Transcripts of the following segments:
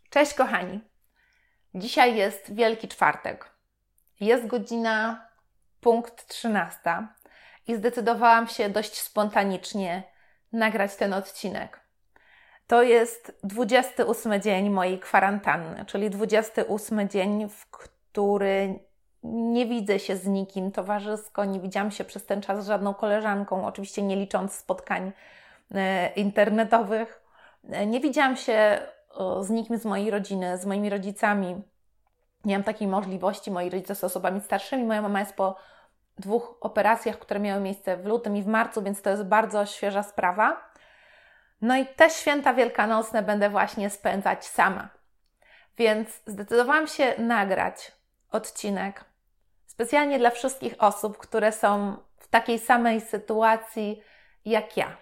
Cześć kochani, dzisiaj jest Wielki Czwartek, jest godzina punkt 13 i zdecydowałam się dość spontanicznie nagrać ten odcinek. To jest 28 dzień mojej kwarantanny, czyli 28 dzień, w który nie widzę się z nikim towarzysko, nie widziałam się przez ten czas z żadną koleżanką, oczywiście nie licząc spotkań internetowych. Nie widziałam się z nikim z mojej rodziny, z moimi rodzicami. Nie mam takiej możliwości. Moi rodzice są osobami starszymi. Moja mama jest po 2 operacjach, które miały miejsce w lutym i w marcu, więc to jest bardzo świeża sprawa. No i te święta wielkanocne będę właśnie spędzać sama. Więc zdecydowałam się nagrać odcinek specjalnie dla wszystkich osób, które są w takiej samej sytuacji jak ja.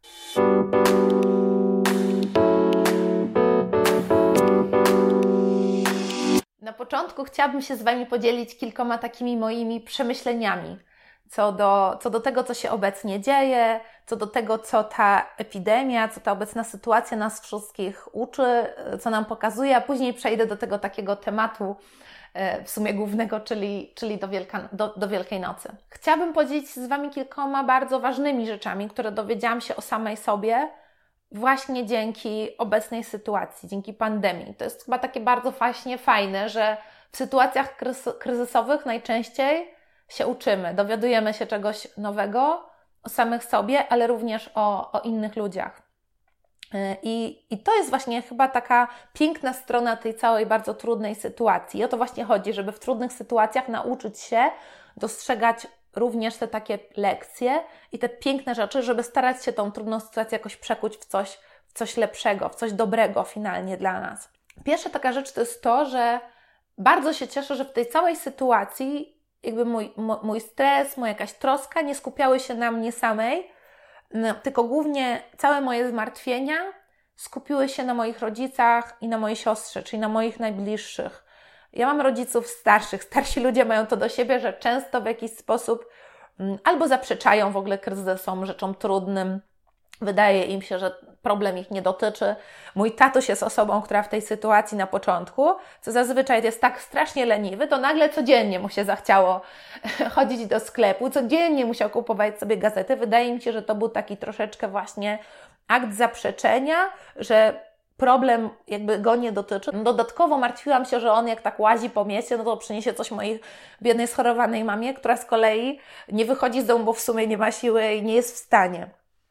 Na początku chciałabym się z Wami podzielić kilkoma takimi moimi przemyśleniami co do tego, co się obecnie dzieje, co do tego, co ta epidemia, co ta obecna sytuacja nas wszystkich uczy, co nam pokazuje, a później przejdę do tego takiego tematu w sumie głównego, czyli do Wielkiej Nocy. Chciałabym podzielić się z Wami kilkoma bardzo ważnymi rzeczami, które dowiedziałam się o samej sobie właśnie dzięki obecnej sytuacji, dzięki pandemii. To jest chyba takie bardzo właśnie fajne, że w sytuacjach kryzysowych najczęściej się uczymy, dowiadujemy się czegoś nowego o samych sobie, ale również o innych ludziach. I to jest właśnie chyba taka piękna strona tej całej bardzo trudnej sytuacji. I o to właśnie chodzi, żeby w trudnych sytuacjach nauczyć się dostrzegać również te takie lekcje i te piękne rzeczy, żeby starać się tą trudną sytuację jakoś przekuć w coś lepszego, w coś dobrego finalnie dla nas. Pierwsza taka rzecz to jest to, że bardzo się cieszę, że w tej całej sytuacji jakby mój stres, moja jakaś troska nie skupiały się na mnie samej, tylko głównie całe moje zmartwienia skupiły się na moich rodzicach i na mojej siostrze, czyli na moich najbliższych. Ja mam rodziców starszych. Starsi ludzie mają to do siebie, że często w jakiś sposób albo zaprzeczają w ogóle kryzysom, rzeczom trudnym. Wydaje im się, że problem ich nie dotyczy. Mój tatuś jest osobą, która w tej sytuacji na początku, co zazwyczaj jest tak strasznie leniwy, to nagle codziennie mu się zachciało chodzić do sklepu, codziennie musiał kupować sobie gazety. Wydaje mi się, że to był taki troszeczkę właśnie akt zaprzeczenia, że problem jakby go nie dotyczy. Dodatkowo martwiłam się, że on jak tak łazi po mieście, no to przyniesie coś mojej biednej, schorowanej mamie, która z kolei nie wychodzi z domu, bo w sumie nie ma siły i nie jest w stanie.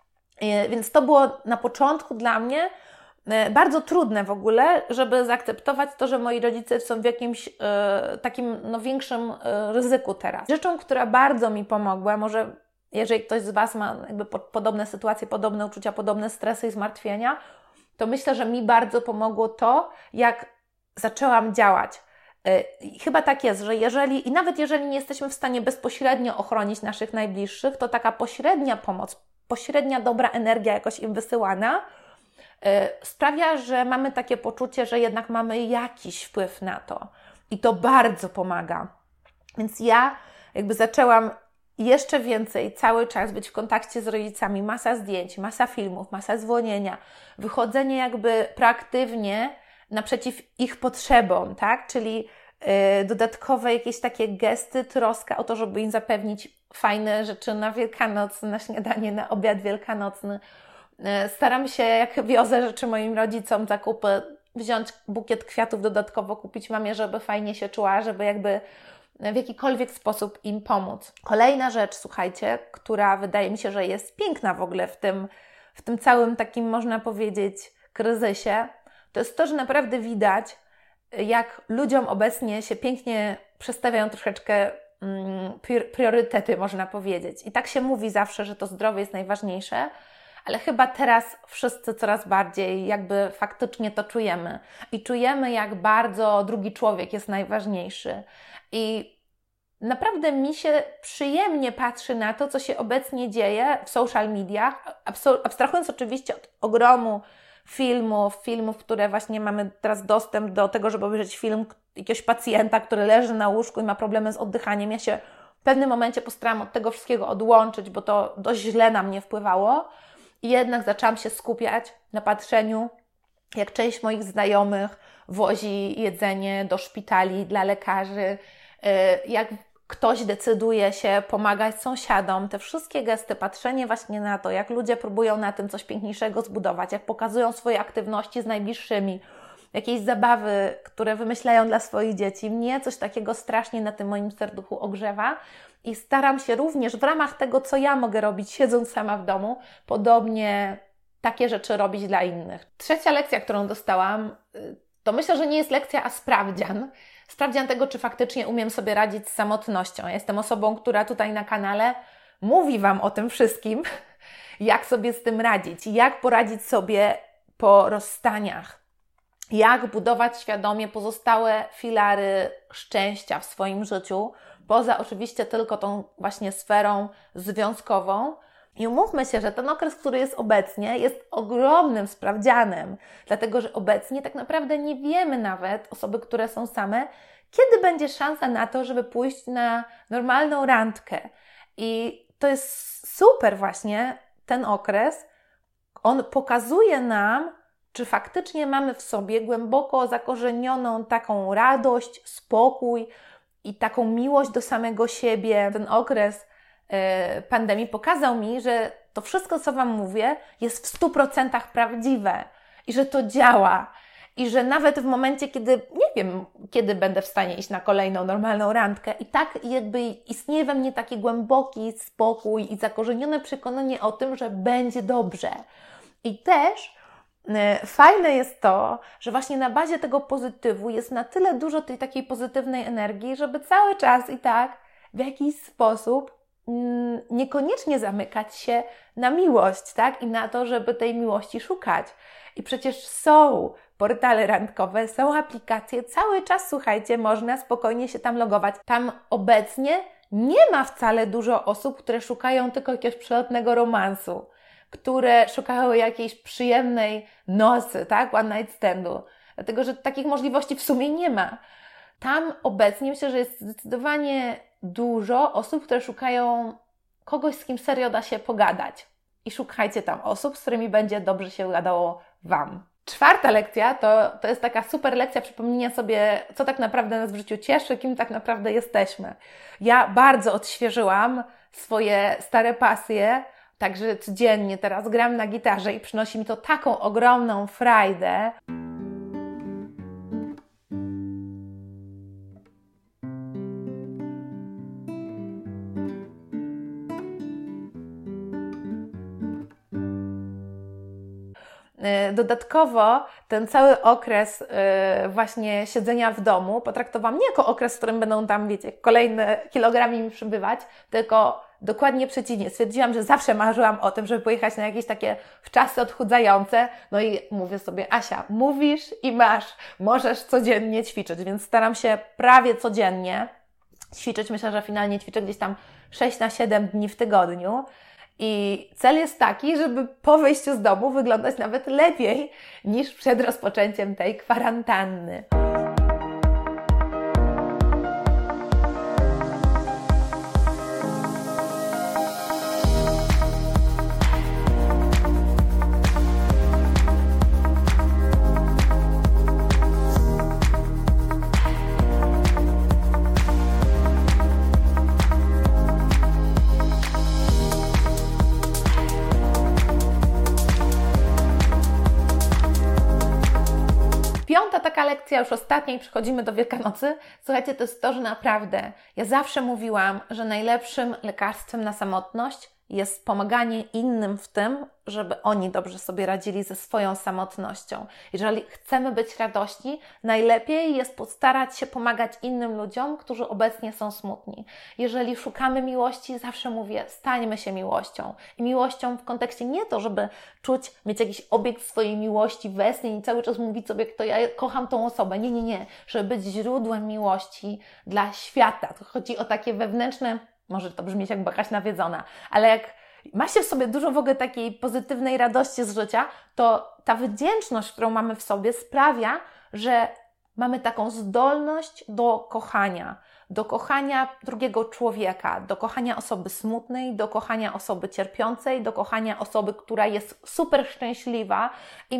Więc to było na początku dla mnie bardzo trudne w ogóle, żeby zaakceptować to, że moi rodzice są w jakimś takim większym ryzyku teraz. Rzeczą, która bardzo mi pomogła, może jeżeli ktoś z Was ma jakby podobne sytuacje, podobne uczucia, podobne stresy i zmartwienia, to myślę, że mi bardzo pomogło to, jak zaczęłam działać. Chyba tak jest, że i nawet jeżeli nie jesteśmy w stanie bezpośrednio ochronić naszych najbliższych, to taka pośrednia pomoc, pośrednia dobra energia jakoś im wysyłana sprawia, że mamy takie poczucie, że jednak mamy jakiś wpływ na to. I to bardzo pomaga. Więc ja jakby zaczęłam jeszcze więcej cały czas być w kontakcie z rodzicami, masa zdjęć, masa filmów, masa dzwonienia, wychodzenie jakby proaktywnie naprzeciw ich potrzebom, tak? Czyli dodatkowe jakieś takie gesty, troska o to, żeby im zapewnić fajne rzeczy na Wielkanoc, na śniadanie, na obiad wielkanocny. Staram się, jak wiozę rzeczy moim rodzicom, zakupy, wziąć bukiet kwiatów dodatkowo, kupić mamie, żeby fajnie się czuła, żeby jakby w jakikolwiek sposób im pomóc. Kolejna rzecz, słuchajcie, która wydaje mi się, że jest piękna w ogóle w tym całym takim, można powiedzieć, kryzysie, to jest to, że naprawdę widać, jak ludziom obecnie się pięknie przestawiają troszeczkę priorytety, można powiedzieć. I tak się mówi zawsze, że to zdrowie jest najważniejsze, ale chyba teraz wszyscy coraz bardziej jakby faktycznie to czujemy. I czujemy, jak bardzo drugi człowiek jest najważniejszy. I naprawdę mi się przyjemnie patrzy na to, co się obecnie dzieje w social mediach, abstrahując oczywiście od ogromu filmów, które właśnie mamy teraz dostęp do tego, żeby obejrzeć film jakiegoś pacjenta, który leży na łóżku i ma problemy z oddychaniem. Ja się w pewnym momencie postarałam od tego wszystkiego odłączyć, bo to dość źle na mnie wpływało i jednak zaczęłam się skupiać na patrzeniu jak część moich znajomych wozi jedzenie do szpitali dla lekarzy, jak ktoś decyduje się pomagać sąsiadom, te wszystkie gesty, patrzenie właśnie na to, jak ludzie próbują na tym coś piękniejszego zbudować, jak pokazują swoje aktywności z najbliższymi, jakieś zabawy, które wymyślają dla swoich dzieci. Mnie coś takiego strasznie na tym moim serduchu ogrzewa i staram się również w ramach tego, co ja mogę robić, siedząc sama w domu, podobnie takie rzeczy robić dla innych. Trzecia lekcja, którą dostałam, to myślę, że nie jest lekcja, a sprawdzian. Sprawdzian tego, czy faktycznie umiem sobie radzić z samotnością. Ja jestem osobą, która tutaj na kanale mówi Wam o tym wszystkim, jak sobie z tym radzić, jak poradzić sobie po rozstaniach, jak budować świadomie pozostałe filary szczęścia w swoim życiu, poza oczywiście tylko tą właśnie sferą związkową. I umówmy się, że ten okres, który jest obecnie, jest ogromnym sprawdzianem, dlatego że obecnie tak naprawdę nie wiemy nawet, osoby, które są same, kiedy będzie szansa na to, żeby pójść na normalną randkę. I to jest super właśnie ten okres. On pokazuje nam, czy faktycznie mamy w sobie głęboko zakorzenioną taką radość, spokój i taką miłość do samego siebie. Ten okres pandemii pokazał mi, że to wszystko, co Wam mówię, jest w 100% prawdziwe i że to działa. I że nawet w momencie, kiedy nie wiem, kiedy będę w stanie iść na kolejną normalną randkę, i tak jakby istnieje we mnie taki głęboki spokój i zakorzenione przekonanie o tym, że będzie dobrze. I też fajne jest to, że właśnie na bazie tego pozytywu jest na tyle dużo tej takiej pozytywnej energii, żeby cały czas i tak w jakiś sposób niekoniecznie zamykać się na miłość, tak? I na to, żeby tej miłości szukać. I przecież są portale randkowe, są aplikacje, cały czas, słuchajcie, można spokojnie się tam logować. Tam obecnie nie ma wcale dużo osób, które szukają tylko jakiegoś przelotnego romansu, które szukają jakiejś przyjemnej nocy, tak? One night standu. Dlatego, że takich możliwości w sumie nie ma. Tam obecnie myślę, że jest zdecydowanie dużo osób, które szukają kogoś, z kim serio da się pogadać. I szukajcie tam osób, z którymi będzie dobrze się gadało Wam. Czwarta lekcja to jest taka super lekcja przypomnienia sobie, co tak naprawdę nas w życiu cieszy, kim tak naprawdę jesteśmy. Ja bardzo odświeżyłam swoje stare pasje, także codziennie teraz gram na gitarze i przynosi mi to taką ogromną frajdę. Dodatkowo ten cały okres właśnie siedzenia w domu potraktowałam nie jako okres, w którym będą tam, wiecie, kolejne kilogramy mi przybywać, tylko dokładnie przeciwnie. Stwierdziłam, że zawsze marzyłam o tym, żeby pojechać na jakieś takie wczasy odchudzające. No i mówię sobie, Asia, mówisz i masz, możesz codziennie ćwiczyć, więc staram się prawie codziennie ćwiczyć. Myślę, że finalnie ćwiczę gdzieś tam 6 na 7 dni w tygodniu. I cel jest taki, żeby po wyjściu z domu wyglądać nawet lepiej niż przed rozpoczęciem tej kwarantanny. Piąta taka lekcja, już ostatnia i przechodzimy do Wielkanocy. Słuchajcie, to jest to, że naprawdę ja zawsze mówiłam, że najlepszym lekarstwem na samotność jest pomaganie innym w tym, żeby oni dobrze sobie radzili ze swoją samotnością. Jeżeli chcemy być radośni, najlepiej jest postarać się pomagać innym ludziom, którzy obecnie są smutni. Jeżeli szukamy miłości, zawsze mówię, stańmy się miłością. I miłością w kontekście nie to, żeby mieć jakiś obiekt swojej miłości we śnie i cały czas mówić sobie, to ja kocham tą osobę. Nie, nie, nie. Żeby być źródłem miłości dla świata. To chodzi o takie wewnętrzne, może to brzmieć jakby jakaś nawiedzona, ale jak ma się w sobie dużo w ogóle takiej pozytywnej radości z życia, to ta wdzięczność, którą mamy w sobie, sprawia, że mamy taką zdolność do kochania drugiego człowieka, do kochania osoby smutnej, do kochania osoby cierpiącej, do kochania osoby, która jest super szczęśliwa i ma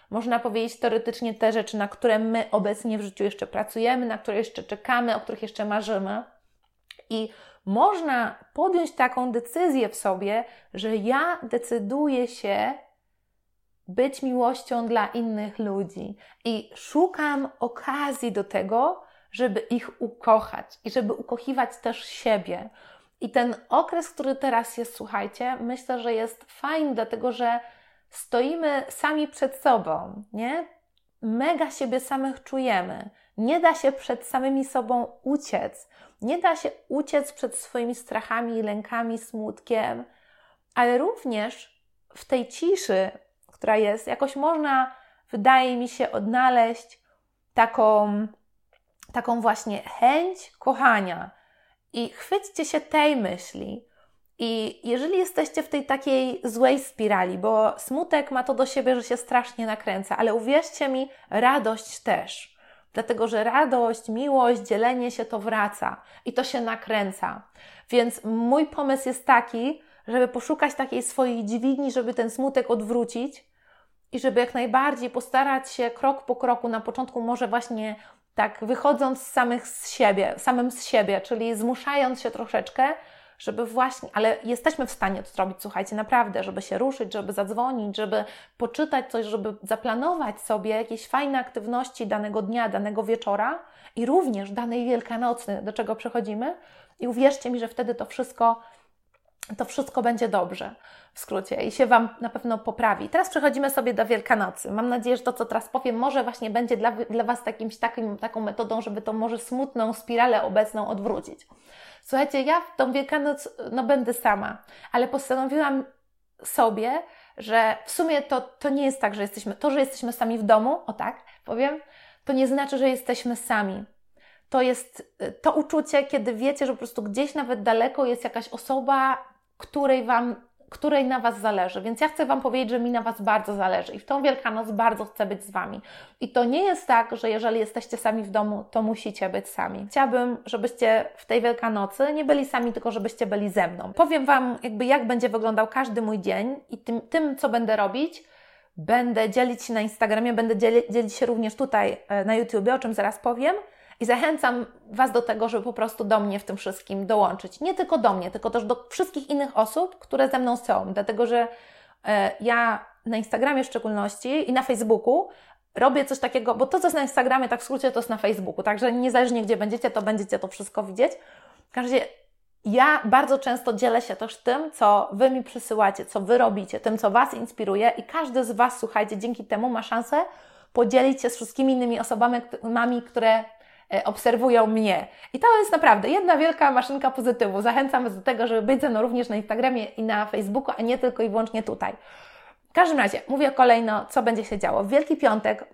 Można powiedzieć teoretycznie te rzeczy, na które my obecnie w życiu jeszcze pracujemy, na które jeszcze czekamy, o których jeszcze marzymy. I można podjąć taką decyzję w sobie, że ja decyduję się być miłością dla innych ludzi i szukam okazji do tego, żeby ich ukochać i żeby ukochiwać też siebie. I ten okres, który teraz jest, słuchajcie, myślę, że jest fajny, dlatego że stoimy sami przed sobą, nie? Mega siebie samych czujemy. Nie da się przed samymi sobą uciec. Nie da się uciec przed swoimi strachami, lękami, smutkiem, ale również w tej ciszy, która jest, jakoś można, wydaje mi się, odnaleźć taką właśnie chęć kochania. I chwyćcie się tej myśli. I jeżeli jesteście w tej takiej złej spirali, bo smutek ma to do siebie, że się strasznie nakręca, ale uwierzcie mi, radość też. Dlatego, że radość, miłość, dzielenie się to wraca i to się nakręca. Więc mój pomysł jest taki, żeby poszukać takiej swojej dźwigni, żeby ten smutek odwrócić i żeby jak najbardziej postarać się krok po kroku, na początku może właśnie tak wychodząc samym z siebie, czyli zmuszając się troszeczkę, żeby właśnie, ale jesteśmy w stanie to zrobić, słuchajcie, naprawdę, żeby się ruszyć, żeby zadzwonić, żeby poczytać coś, żeby zaplanować sobie jakieś fajne aktywności danego dnia, danego wieczora i również danej Wielkanocy, do czego przechodzimy i uwierzcie mi, że wtedy to wszystko będzie dobrze, w skrócie, i się Wam na pewno poprawi. Teraz przechodzimy sobie do Wielkanocy. Mam nadzieję, że to, co teraz powiem, może właśnie będzie dla Was taką metodą, żeby tą może smutną spiralę obecną odwrócić. Słuchajcie, ja w tą Wielkanoc będę sama, ale postanowiłam sobie, że w sumie to nie jest tak, że jesteśmy sami w domu, o tak powiem, to nie znaczy, że jesteśmy sami. To jest to uczucie, kiedy wiecie, że po prostu gdzieś nawet daleko jest jakaś osoba, której na Was zależy. Więc ja chcę Wam powiedzieć, że mi na Was bardzo zależy i w tą Wielkanoc bardzo chcę być z Wami. I to nie jest tak, że jeżeli jesteście sami w domu, to musicie być sami. Chciałabym, żebyście w tej Wielkanocy nie byli sami, tylko żebyście byli ze mną. Powiem Wam jak będzie wyglądał każdy mój dzień i tym co będę robić, będę dzielić się na Instagramie, będę dzielić się również tutaj na YouTubie, o czym zaraz powiem. I zachęcam Was do tego, żeby po prostu do mnie w tym wszystkim dołączyć. Nie tylko do mnie, tylko też do wszystkich innych osób, które ze mną są. Dlatego, że ja na Instagramie w szczególności i na Facebooku robię coś takiego, bo to, co jest na Instagramie, tak w skrócie, to jest na Facebooku. Także niezależnie gdzie będziecie to wszystko widzieć. W każdym razie ja bardzo często dzielę się też tym, co Wy mi przysyłacie, co Wy robicie, tym, co Was inspiruje i każdy z Was, słuchajcie, dzięki temu ma szansę podzielić się z wszystkimi innymi osobami, które obserwują mnie. I to jest naprawdę jedna wielka maszynka pozytywu. Zachęcam Was do tego, żeby być ze mną również na Instagramie i na Facebooku, a nie tylko i wyłącznie tutaj. W każdym razie, mówię kolejno, co będzie się działo. W Wielki Piątek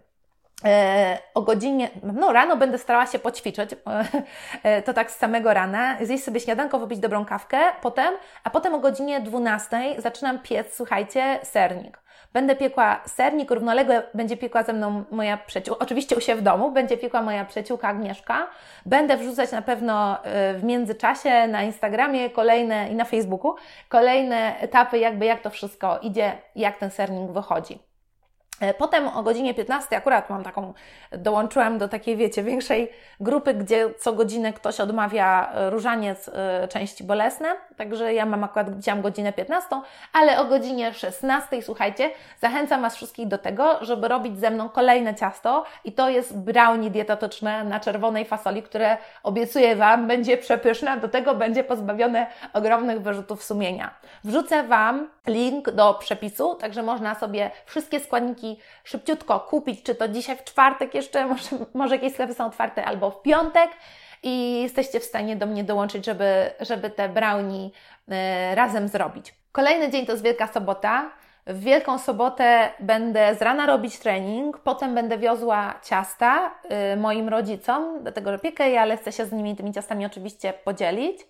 o godzinie, rano będę starała się poćwiczyć, to tak z samego rana, zjeść sobie śniadanko, wypić dobrą kawkę, a potem o godzinie 12 zaczynam piec, słuchajcie, sernik. Będę piekła sernik, równolegle będzie piekła ze mną moja przyjaciółka, oczywiście u siebie w domu, będzie piekła moja przyjaciółka Agnieszka. Będę wrzucać na pewno w międzyczasie na Instagramie i na Facebooku kolejne etapy, jak to wszystko idzie, jak ten sernik wychodzi. Potem o godzinie 15 akurat dołączyłam do takiej, wiecie, większej grupy, gdzie co godzinę ktoś odmawia różaniec części bolesne, także ja widziałam godzinę 15, ale o godzinie 16, słuchajcie, zachęcam Was wszystkich do tego, żeby robić ze mną kolejne ciasto i to jest brownie dietetyczne na czerwonej fasoli, które obiecuję Wam będzie przepyszne, do tego będzie pozbawione może wyrzutów sumienia. Wrzucę Wam link do przepisu, także można sobie wszystkie składniki szybciutko kupić, czy to dzisiaj w czwartek jeszcze, może jakieś sklepy są otwarte, albo w piątek i jesteście w stanie do mnie dołączyć, żeby te brownie razem zrobić. Kolejny dzień to jest Wielka Sobota. W Wielką Sobotę będę z rana robić trening, potem będę wiozła ciasta moim rodzicom, dlatego że piekę je, ale chcę się z nimi tymi ciastami oczywiście podzielić.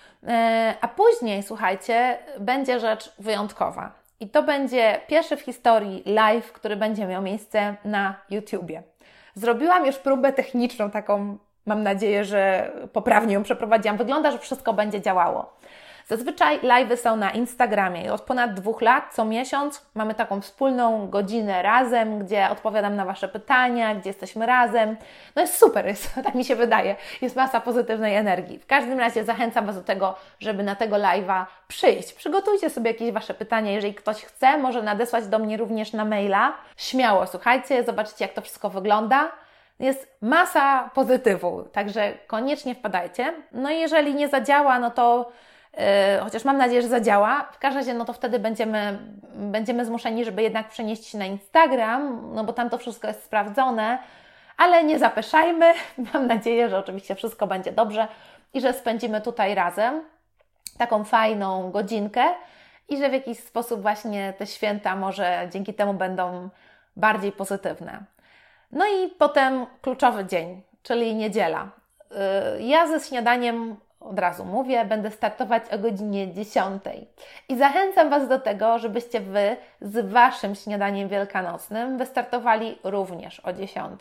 A później, słuchajcie, będzie rzecz wyjątkowa. I to będzie pierwszy w historii live, który będzie miał miejsce na YouTubie. Zrobiłam już próbę techniczną, taką mam nadzieję, że poprawnie ją przeprowadziłam. Wygląda, że wszystko będzie działało. Zazwyczaj live'y są na Instagramie i od ponad 2 lat, co miesiąc mamy taką wspólną godzinę razem, gdzie odpowiadam na Wasze pytania, gdzie jesteśmy razem. No jest super, tak mi się wydaje, jest masa pozytywnej energii. W każdym razie zachęcam Was do tego, żeby na tego live'a przyjść. Przygotujcie sobie jakieś Wasze pytania, jeżeli ktoś chce, może nadesłać do mnie również na maila. Śmiało, słuchajcie, zobaczycie jak to wszystko wygląda. Jest masa pozytywu, także koniecznie wpadajcie. No i jeżeli nie zadziała, no to chociaż mam nadzieję, że zadziała, w każdym razie no to wtedy będziemy zmuszeni, żeby jednak przenieść się na Instagram, no bo tam to wszystko jest sprawdzone, ale nie zapeszajmy. Mam nadzieję, że oczywiście wszystko będzie dobrze i że spędzimy tutaj razem taką fajną godzinkę i że w jakiś sposób właśnie te święta może dzięki temu będą bardziej pozytywne. No i potem kluczowy dzień, czyli niedziela. Ja ze śniadaniem, od razu mówię, będę startować o godzinie 10. I zachęcam Was do tego, żebyście Wy z Waszym śniadaniem wielkanocnym wystartowali również o 10.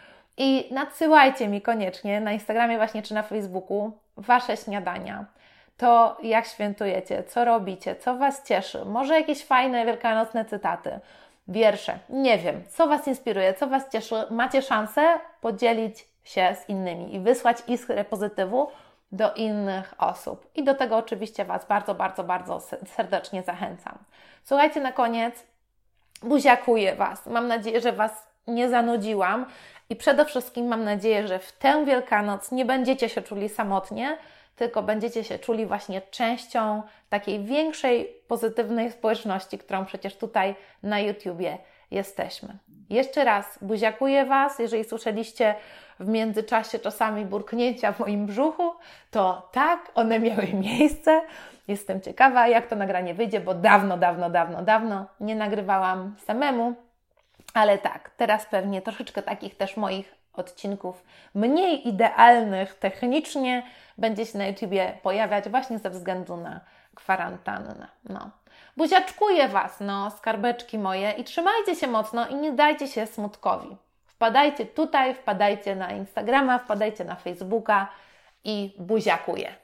I nadsyłajcie mi koniecznie na Instagramie właśnie czy na Facebooku Wasze śniadania. To jak świętujecie, co robicie, co Was cieszy, może jakieś fajne wielkanocne cytaty, wiersze, nie wiem, co Was inspiruje, co Was cieszy, macie szansę podzielić się z innymi i wysłać iskrę pozytywu do innych osób. I do tego oczywiście Was bardzo, bardzo, bardzo serdecznie zachęcam. Słuchajcie, na koniec buziakuję Was. Mam nadzieję, że Was nie zanudziłam i przede wszystkim mam nadzieję, że w tę Wielkanoc nie będziecie się czuli samotnie, tylko będziecie się czuli właśnie częścią takiej większej, pozytywnej społeczności, którą przecież tutaj na YouTubie jesteśmy. Jeszcze raz buziakuję Was. Jeżeli słyszeliście w międzyczasie czasami burknięcia w moim brzuchu, to tak, one miały miejsce. Jestem ciekawa, jak to nagranie wyjdzie, bo dawno nie nagrywałam samemu. Ale tak, teraz pewnie troszeczkę takich też moich odcinków mniej idealnych technicznie będzie się na YouTubie pojawiać właśnie ze względu na kwarantannę. No. Buziaczkuję Was, skarbeczki moje i trzymajcie się mocno i nie dajcie się smutkowi. Wpadajcie tutaj, wpadajcie na Instagrama, wpadajcie na Facebooka i buziakuję.